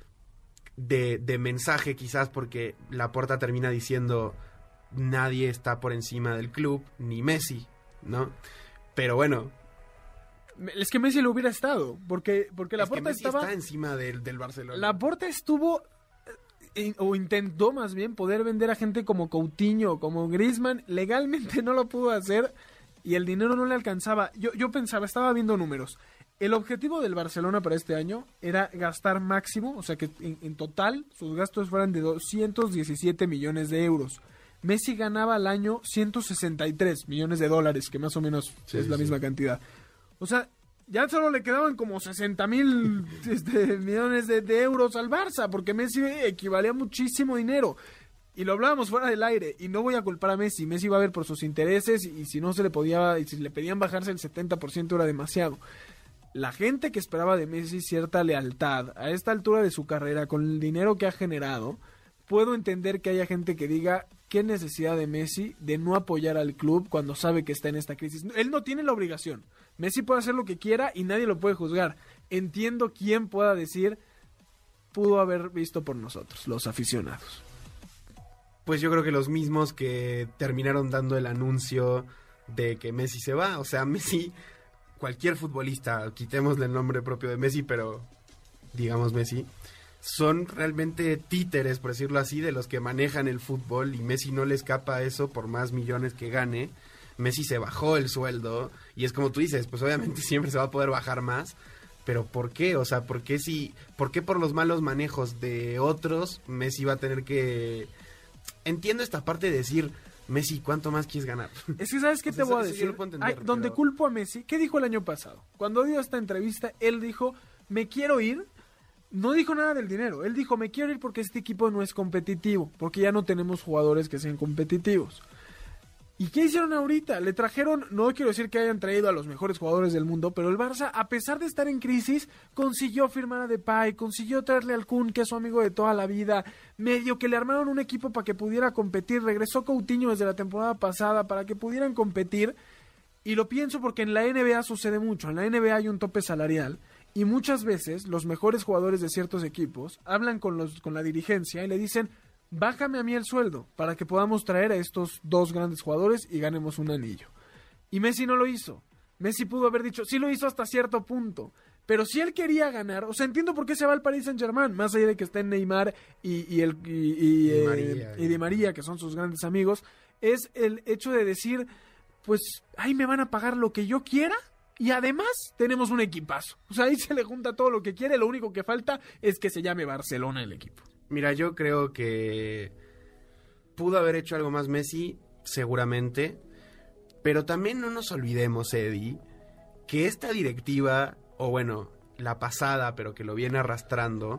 de, de mensaje quizás porque Laporta termina diciendo... Nadie está por encima del club, ni Messi, ¿no? Pero bueno. Es que Messi lo hubiera estado, porque, porque Laporta es que Messi estaba... está encima del, del Barcelona. Laporta estuvo, eh, o intentó más bien, poder vender a gente como Coutinho, como Griezmann, legalmente no lo pudo hacer, y el dinero no le alcanzaba. Yo, yo pensaba, estaba viendo números. El objetivo del Barcelona para este año era gastar máximo, o sea que en, en total sus gastos fueran de doscientos diecisiete millones de euros. Messi ganaba al año ciento sesenta y tres millones de dólares, que más o menos sí, es la sí. misma cantidad. O sea, ya solo le quedaban como sesenta mil este, millones de, de euros al Barça, porque Messi equivalía a muchísimo dinero. Y lo hablábamos fuera del aire, y no voy a culpar a Messi. Messi iba a ver por sus intereses, y, y si no se le podía, y si le pedían bajarse el setenta por ciento era demasiado. La gente que esperaba de Messi cierta lealtad a esta altura de su carrera, con el dinero que ha generado, puedo entender que haya gente que diga qué necesidad de Messi de no apoyar al club cuando sabe que está en esta crisis. Él no tiene la obligación. Messi puede hacer lo que quiera y nadie lo puede juzgar. Entiendo quién pueda decir pudo haber visto por nosotros, los aficionados. Pues yo creo que los mismos que terminaron dando el anuncio de que Messi se va. O sea, Messi, cualquier futbolista, quitémosle el nombre propio de Messi, pero digamos Messi, son realmente títeres, por decirlo así, de los que manejan el fútbol, y Messi no le escapa a eso por más millones que gane. Messi se bajó el sueldo y es como tú dices, pues obviamente siempre se va a poder bajar más, pero ¿por qué? O sea, ¿por qué si, por qué por los malos manejos de otros Messi va a tener que... Entiendo esta parte de decir, Messi, ¿cuánto más quieres ganar? Es que, ¿sabes qué te Pues voy a eso- eso decir? yo lo puedo entender, Ay, donde pero- culpo a Messi, ¿qué dijo el año pasado? Cuando dio esta entrevista, él dijo, me quiero ir. No dijo nada del dinero. Él dijo, me quiero ir porque este equipo no es competitivo, porque ya no tenemos jugadores que sean competitivos. ¿Y qué hicieron ahorita? Le trajeron, no quiero decir que hayan traído a los mejores jugadores del mundo, pero el Barça, a pesar de estar en crisis, consiguió firmar a Depay, consiguió traerle al Kun, que es su amigo de toda la vida, medio que le armaron un equipo para que pudiera competir, regresó Coutinho desde la temporada pasada para que pudieran competir, y lo pienso porque en la N B A sucede mucho, en la N B A hay un tope salarial, y muchas veces los mejores jugadores de ciertos equipos hablan con, los, con la dirigencia y le dicen, bájame a mí el sueldo para que podamos traer a estos dos grandes jugadores y ganemos un anillo. Y Messi no lo hizo. Messi pudo haber dicho, sí lo hizo hasta cierto punto, pero si él quería ganar, o sea, entiendo por qué se va al Paris Saint-Germain, más allá de que estén Neymar y, y, el, y, y, Di eh, María, y Di María, que son sus grandes amigos, es el hecho de decir, pues, ahí me van a pagar lo que yo quiera, y además tenemos un equipazo. O sea, ahí se le junta todo lo que quiere, lo único que falta es que se llame Barcelona el equipo. Mira, yo creo que pudo haber hecho algo más Messi, seguramente, pero también no nos olvidemos, Eddie, que esta directiva, o bueno, la pasada, pero que lo viene arrastrando,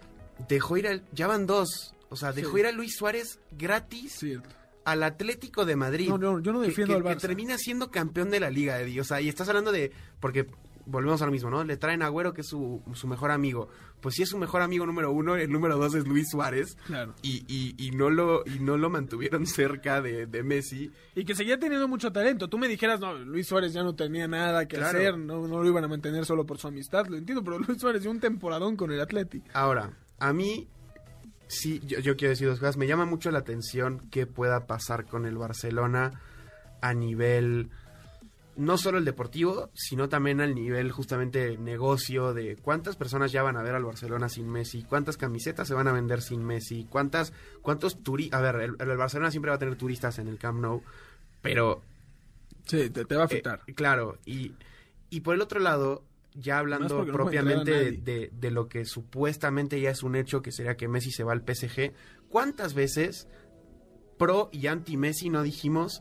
dejó ir al... Ya van dos, o sea, dejó Sí. ir a Luis Suárez gratis Sí. al Atlético de Madrid. No, no, yo no que- defiendo que, al que Barça. termina siendo campeón de la Liga, Eddie. O sea, y estás hablando de... Porque volvemos a lo mismo, ¿no? Le traen a Agüero, que es su, su mejor amigo. Pues si es su mejor amigo número uno, el número dos es Luis Suárez. Claro. Y, y, y, no, lo, y no lo mantuvieron cerca de, de Messi. Y que seguía teniendo mucho talento. Tú me dijeras, no, Luis Suárez ya no tenía nada que Claro. hacer, no, no lo iban a mantener solo por su amistad, lo entiendo, pero Luis Suárez dio un temporadón con el Atleti. Ahora, a mí... Sí, yo, yo quiero decir dos cosas. Me llama mucho la atención qué pueda pasar con el Barcelona a nivel... No solo el deportivo, sino también al nivel justamente negocio de cuántas personas ya van a ver al Barcelona sin Messi, cuántas camisetas se van a vender sin Messi, cuántas, cuántos turistas... A ver, el, el Barcelona siempre va a tener turistas en el Camp Nou, pero... Sí, te, te va a afectar. Eh, claro, y, y por el otro lado, ya Más hablando porque no propiamente puede de, entrar a de, de lo que supuestamente ya es un hecho, que sería que Messi se va al P S G, ¿cuántas veces pro y anti Messi no dijimos,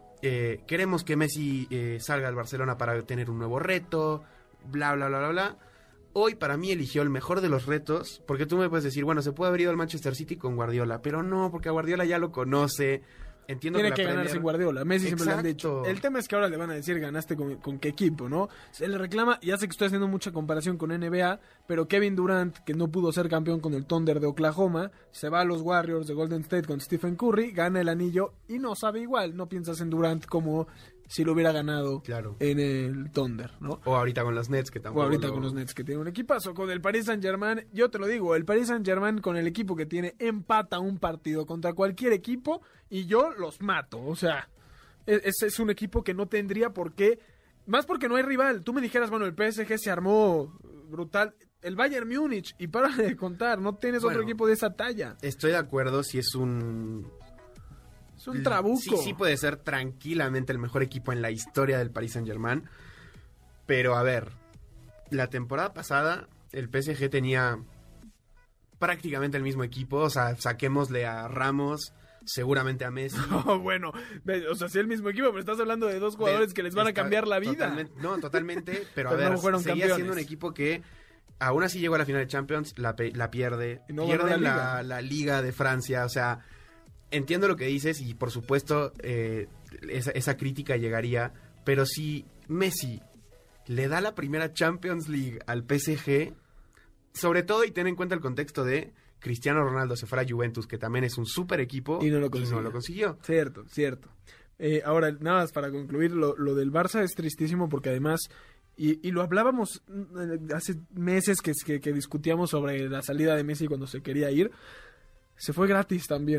eh, queremos que Messi eh, salga al Barcelona para tener un nuevo reto, bla, bla, bla, bla, bla? Hoy para mí eligió el mejor de los retos, porque tú me puedes decir, bueno, se puede haber ido al Manchester City con Guardiola, pero no, porque a Guardiola ya lo conoce. Entiendo Tiene que, que la ganar Premier- sin Guardiola. Messi siempre le han Exacto. dicho. El tema es que ahora le van a decir ganaste con, con qué equipo, ¿no? Se le reclama, ya sé que estoy haciendo mucha comparación con N B A, pero Kevin Durant, que no pudo ser campeón con el Thunder de Oklahoma, se va a los Warriors de Golden State con Stephen Curry, gana el anillo y no sabe igual. No piensas en Durant como si lo hubiera ganado Claro. en el Thunder, ¿no? O ahorita con los Nets, que tampoco O ahorita lo- con los Nets, que tienen un equipazo. Con el Paris Saint-Germain, yo te lo digo, el Paris Saint-Germain con el equipo que tiene empata un partido contra cualquier equipo y yo los mato. O sea, ese es un equipo que no tendría por qué... Más porque no hay rival. Tú me dijeras, bueno, el P S G se armó brutal. El Bayern Múnich, y para de contar, no tienes Bueno. otro equipo de esa talla. Estoy de acuerdo si es un... Es un trabuco. Sí, sí puede ser tranquilamente el mejor equipo en la historia del Paris Saint-Germain. Pero a ver, la temporada pasada el P S G tenía prácticamente el mismo equipo. O sea, saquémosle a Ramos, seguramente a Messi. Oh, bueno, ve, o sea, sí el mismo equipo, pero estás hablando de dos jugadores De- que les van a está- cambiar la vida. totalmente- no, totalmente, pero a Pero ver, no fueron seguía campeones. siendo un equipo que aún así llegó a la final de Champions, la, pe- la pierde, Y no ganó pierde la la, Liga. la Liga de Francia, o sea, entiendo lo que dices y por supuesto eh, esa, esa crítica llegaría, pero si Messi le da la primera Champions League al P S G, sobre todo y ten en cuenta el contexto de Cristiano Ronaldo se fue a Juventus, que también es un super equipo, Y no lo consiguió. lo consiguió. Cierto, cierto. Eh, ahora, nada más para concluir, lo, lo del Barça es tristísimo porque además, y, y lo hablábamos mm, hace meses que, que, que discutíamos sobre la salida de Messi cuando se quería ir, se fue gratis también.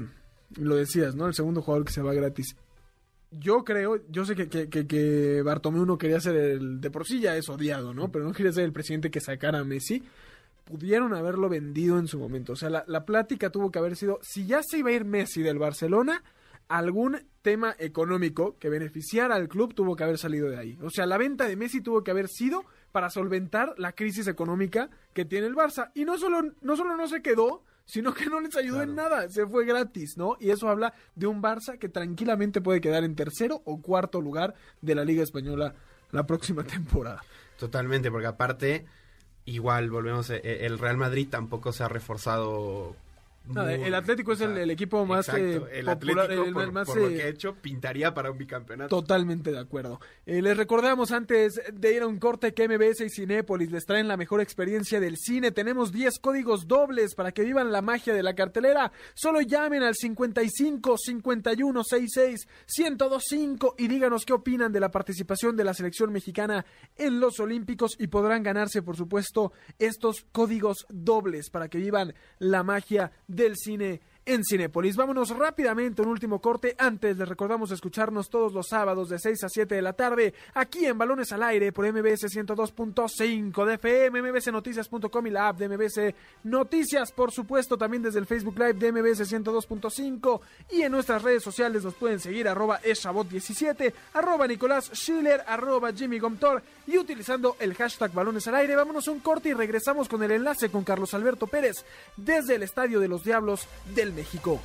lo decías, ¿no? El segundo jugador que se va gratis. Yo creo, yo sé que, que, que, que Bartomeu no quería ser el, de por sí ya es odiado, ¿no? Pero no quería ser el presidente que sacara a Messi. Pudieron haberlo vendido en su momento. O sea, la, la plática tuvo que haber sido, si ya se iba a ir Messi del Barcelona, algún tema económico que beneficiara al club tuvo que haber salido de ahí. O sea, la venta de Messi tuvo que haber sido para solventar la crisis económica que tiene el Barça. Y no solo no, solo no se quedó, sino que no les ayudó claro. en nada, se fue gratis, ¿no? Y eso habla de un Barça que tranquilamente puede quedar en tercero o cuarto lugar de la Liga Española la próxima temporada. Totalmente, porque aparte, igual volvemos, el Real Madrid tampoco se ha reforzado. No, muy, el Atlético es el, el equipo más exacto, eh, el popular, Atlético el, por, el más, por lo que ha hecho pintaría para un bicampeonato. Totalmente de acuerdo. Eh, les recordamos antes de ir a un corte que M B S y Cinépolis les traen la mejor experiencia del cine. Tenemos diez códigos dobles para que vivan la magia de la cartelera. Solo llamen al cincuenta y cinco, cincuenta y uno, sesenta y seis, ciento veinticinco y díganos qué opinan de la participación de la selección mexicana en los Olímpicos y podrán ganarse, por supuesto, estos códigos dobles para que vivan la magia del cine en Cinépolis. Vámonos rápidamente a un último corte. Antes les recordamos escucharnos todos los sábados de seis a siete de la tarde aquí en Balones al Aire por M B S ciento dos punto cinco de F M, M B S noticias punto com y la app de M B S Noticias, por supuesto, también desde el Facebook Live de M B S ciento dos punto cinco y en nuestras redes sociales nos pueden seguir arroba eshabot diecisiete, arroba Nicolás Schiller, arroba Jimmy Gomtor y utilizando el hashtag Balones al Aire. Vámonos a un corte y regresamos con el enlace con Carlos Alberto Pérez desde el Estadio de los Diablos del México.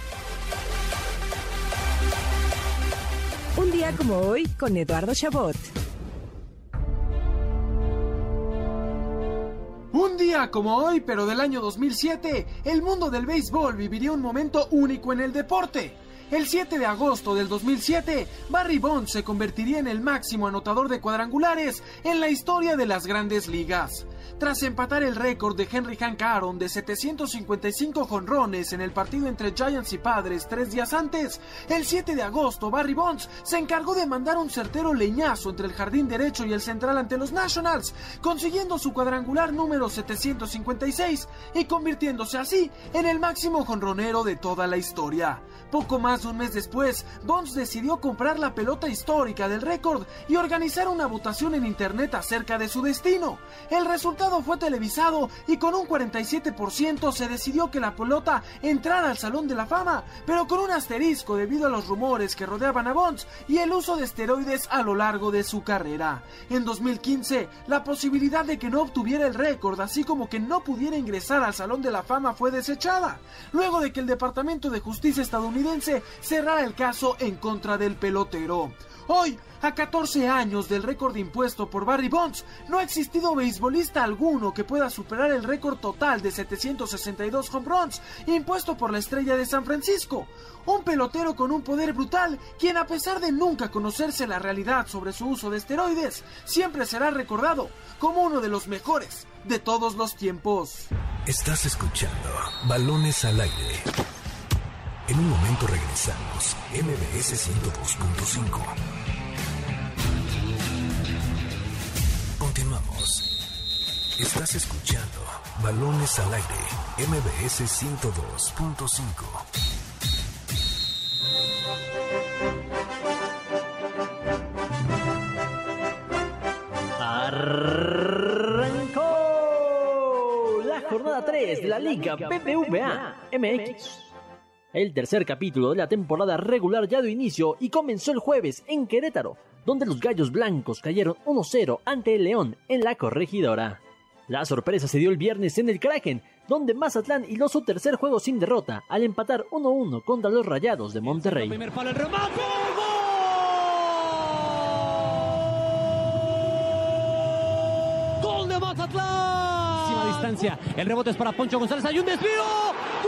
Un día como hoy con Eduardo Chabot. Un día como hoy, pero del año dos mil siete, el mundo del béisbol viviría un momento único en el deporte. El siete de agosto del dos mil siete, Barry Bonds se convertiría en el máximo anotador de cuadrangulares en la historia de las grandes ligas. Tras empatar el récord de Henry Hank Aaron de setecientos cincuenta y cinco jonrones en el partido entre Giants y Padres tres días antes, el siete de agosto Barry Bonds se encargó de mandar un certero leñazo entre el jardín derecho y el central ante los Nationals, consiguiendo su cuadrangular número setecientos cincuenta y seis y convirtiéndose así en el máximo jonronero de toda la historia. Poco más de un mes después, Bonds decidió comprar la pelota histórica del récord y organizar una votación en internet acerca de su destino. El resultado fue televisado y con un cuarenta y siete por ciento se decidió que la pelota entrara al Salón de la Fama, pero con un asterisco debido a los rumores que rodeaban a Bonds y el uso de esteroides a lo largo de su carrera. En dos mil quince, la posibilidad de que no obtuviera el récord, así como que no pudiera ingresar al Salón de la Fama, fue desechada, luego de que el Departamento de Justicia estadounidense cerrara el caso en contra del pelotero. Hoy, a catorce años del récord impuesto por Barry Bonds, no ha existido beisbolista alguno que pueda superar el récord total de setecientos sesenta y dos home runs impuesto por la estrella de San Francisco. Un pelotero con un poder brutal, quien a pesar de nunca conocerse la realidad sobre su uso de esteroides, siempre será recordado como uno de los mejores de todos los tiempos. Estás escuchando Balones al Aire. En un momento regresamos, M B S ciento dos punto cinco. Continuamos. Estás escuchando Balones al Aire, M B S ciento dos punto cinco. Arrancó la jornada tres de la Liga B B V A M X. El tercer capítulo de la temporada regular ya dio inicio y comenzó el jueves en Querétaro, donde los Gallos Blancos cayeron uno cero ante el León en la Corregidora. La sorpresa se dio el viernes en el Kraken, donde Mazatlán hiló su tercer juego sin derrota al empatar uno uno contra los Rayados de Monterrey. Primer palo, el remate, ¡gol! ¡Gol de Mazatlán! Última distancia, el rebote es para Poncho González, hay un desvío, ¡gol!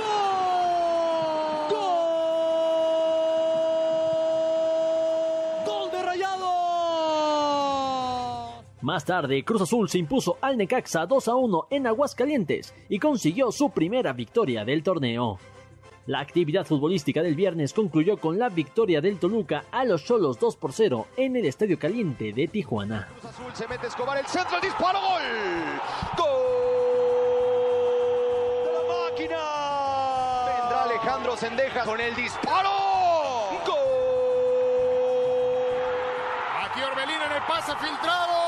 Más tarde, Cruz Azul se impuso al Necaxa dos a uno en Aguascalientes y consiguió su primera victoria del torneo. La actividad futbolística del viernes concluyó con la victoria del Toluca a los Xolos dos por cero en el Estadio Caliente de Tijuana. Cruz Azul, se mete Escobar, el centro, el disparo, ¡gol! ¡Gol! ¡De la máquina! Vendrá Alejandro Zendejas con el disparo. ¡Gol! Aquí Orbelín en el pase filtrado.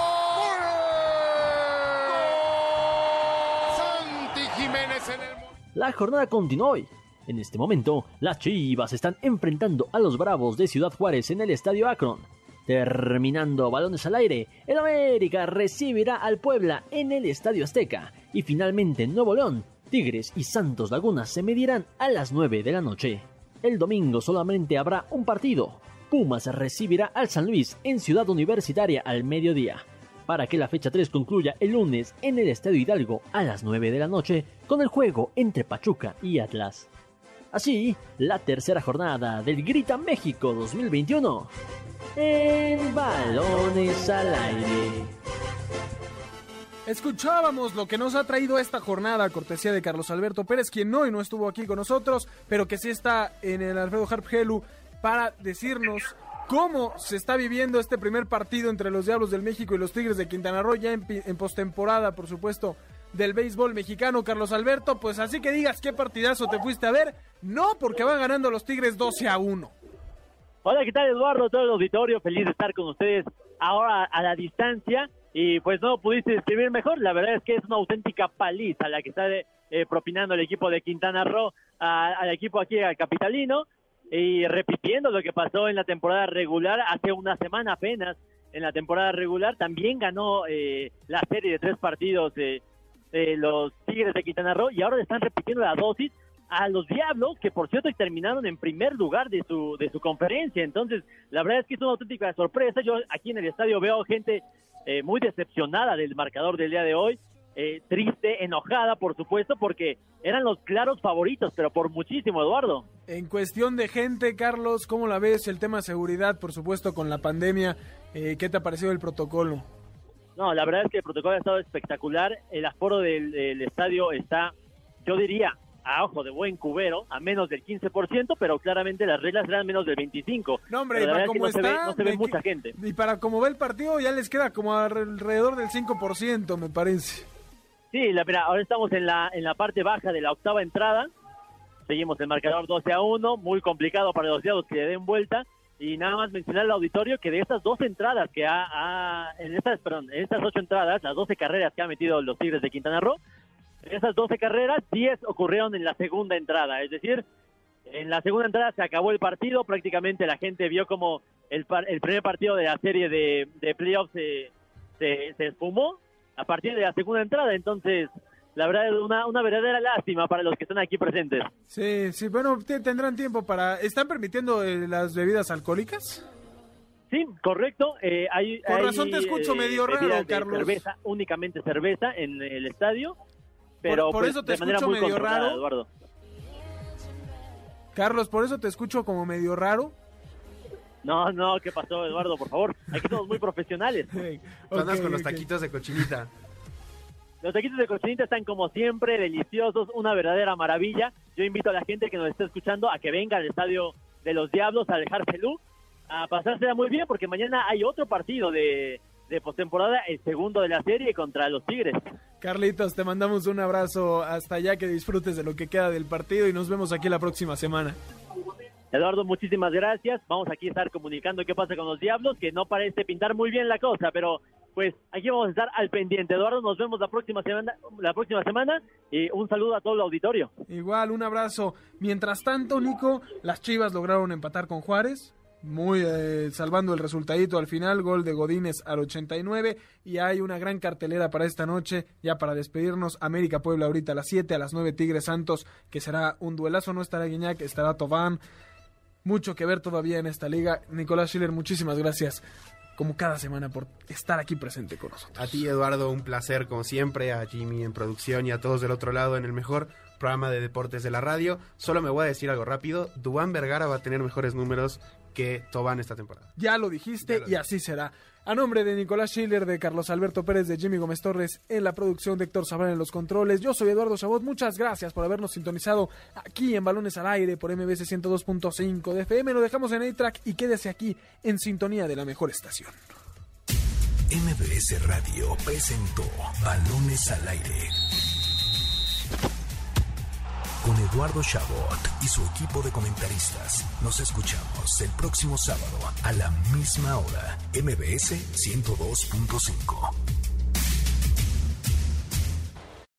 ¡Gol! Santi Jiménez en el... La jornada continúa hoy. En este momento, las Chivas están enfrentando a los Bravos de Ciudad Juárez en el Estadio Akron. Terminando balones al aire, el América recibirá al Puebla en el Estadio Azteca. Y finalmente en Nuevo León, Tigres y Santos Laguna se medirán a las nueve de la noche. El domingo solamente habrá un partido. Pumas recibirá al San Luis en Ciudad Universitaria al mediodía, para que la fecha tres concluya el lunes en el Estadio Hidalgo a las nueve de la noche con el juego entre Pachuca y Atlas. Así, la tercera jornada del Grita México dos mil veintiuno en Balones al Aire. Escuchábamos lo que nos ha traído esta jornada, cortesía de Carlos Alberto Pérez, quien hoy no estuvo aquí con nosotros, pero que sí está en el Alfredo Harp Helú para decirnos cómo se está viviendo este primer partido entre los Diablos del México y los Tigres de Quintana Roo, ya en, en postemporada, por supuesto, del béisbol mexicano. Carlos Alberto, pues así que digas qué partidazo te fuiste a ver, no, porque van ganando los Tigres doce a uno. Hola, ¿qué tal, Eduardo? Todo el auditorio, feliz de estar con ustedes ahora a la distancia, y pues no pudiste describir mejor. La verdad es que es una auténtica paliza la que está eh, propinando el equipo de Quintana Roo a, al equipo aquí, al capitalino, y repitiendo lo que pasó en la temporada regular hace una semana apenas. En la temporada regular también ganó eh, la serie de tres partidos de eh, los Tigres de Quintana Roo, y ahora le están repitiendo la dosis a los Diablos, que por cierto terminaron en primer lugar de su de su conferencia. Entonces la verdad es que es una auténtica sorpresa. Yo aquí en el estadio veo gente eh, muy decepcionada del marcador del día de hoy, eh, triste, enojada por supuesto, porque eran los claros favoritos, pero por muchísimo, Eduardo. En cuestión de gente, Carlos, ¿cómo la ves? El tema de seguridad, por supuesto, con la pandemia, eh, ¿qué te ha parecido el protocolo? No, la verdad es que el protocolo ha estado espectacular. El aforo del, del estadio está, yo diría, a ojo de buen cubero, a menos del quince por ciento, pero claramente las reglas eran menos del veinticinco por ciento. No, hombre, y para cómo no está, se ve, no se ve me, mucha gente. Y para cómo va el partido, ya les queda como alrededor del cinco por ciento, me parece. Sí, la, mira, ahora estamos en la en la parte baja de la octava entrada. Seguimos el marcador doce a uno, muy complicado para los Diablos que le den vuelta. Y nada más mencionar al auditorio que de estas dos entradas que ha, ha en estas, perdón, en estas ocho entradas, las doce carreras que han metido los Tigres de Quintana Roo, en esas doce carreras, diez ocurrieron en la segunda entrada. Es decir, en la segunda entrada se acabó el partido, prácticamente la gente vio como el, el primer partido de la serie de, de playoffs se, se, se esfumó a partir de la segunda entrada. Entonces, la verdad es una, una verdadera lástima para los que están aquí presentes. Sí, sí, bueno, tendrán tiempo para... ¿Están permitiendo eh, las bebidas alcohólicas? Sí, correcto. Eh, hay, Por hay, razón te escucho eh, medio raro, Carlos. Cerveza, únicamente cerveza en el estadio, pero por, por pues, eso te de manera escucho muy medio controlada, raro. Eduardo. Carlos, por eso te escucho como medio raro. No, no, ¿qué pasó, Eduardo? Por favor, aquí somos muy profesionales. Okay, Andas con okay. los taquitos de cochinita. Los taquitos de cochinita están como siempre deliciosos, una verdadera maravilla. Yo invito a la gente que nos esté escuchando a que venga al estadio de los Diablos, a dejar Pelú, a pasársela muy bien, porque mañana hay otro partido de, de postemporada, el segundo de la serie contra los Tigres. Carlitos, te mandamos un abrazo hasta allá, que disfrutes de lo que queda del partido y nos vemos aquí la próxima semana. Eduardo, muchísimas gracias. Vamos aquí a estar comunicando qué pasa con los Diablos, que no parece pintar muy bien la cosa, pero pues aquí vamos a estar al pendiente. Eduardo, nos vemos la próxima semana, la próxima semana y un saludo a todo el auditorio. Igual, un abrazo. Mientras tanto, Nico, las Chivas lograron empatar con Juárez, muy eh, salvando el resultadito al final, gol de Godínez al ochenta y nueve, y hay una gran cartelera para esta noche, ya para despedirnos. América Puebla ahorita a las siete, a las nueve Tigres Santos, que será un duelazo. No estará Guiñac, estará Tobán. Mucho que ver todavía en esta liga. Nicolás Schiller, muchísimas gracias, como cada semana, por estar aquí presente con nosotros. A ti, Eduardo, un placer como siempre, a Jimmy en producción y a todos del otro lado en el mejor programa de deportes de la radio. Solo me voy a decir algo rápido: Duván Vergara va a tener mejores números que Tobán esta temporada. Ya lo dijiste, ya lo y dije. Así será. A nombre de Nicolás Schiller, de Carlos Alberto Pérez, de Jimmy Gómez Torres en la producción, de Héctor Zabrán en los controles, yo soy Eduardo Chabot. Muchas gracias por habernos sintonizado aquí en Balones al Aire por M B S ciento dos punto cinco de F M. Lo dejamos en A-Track y quédese aquí en sintonía de la mejor estación. M B S Radio presentó Balones al Aire con Eduardo Chabot y su equipo de comentaristas. Nos escuchamos el próximo sábado a la misma hora. M B S ciento dos punto cinco.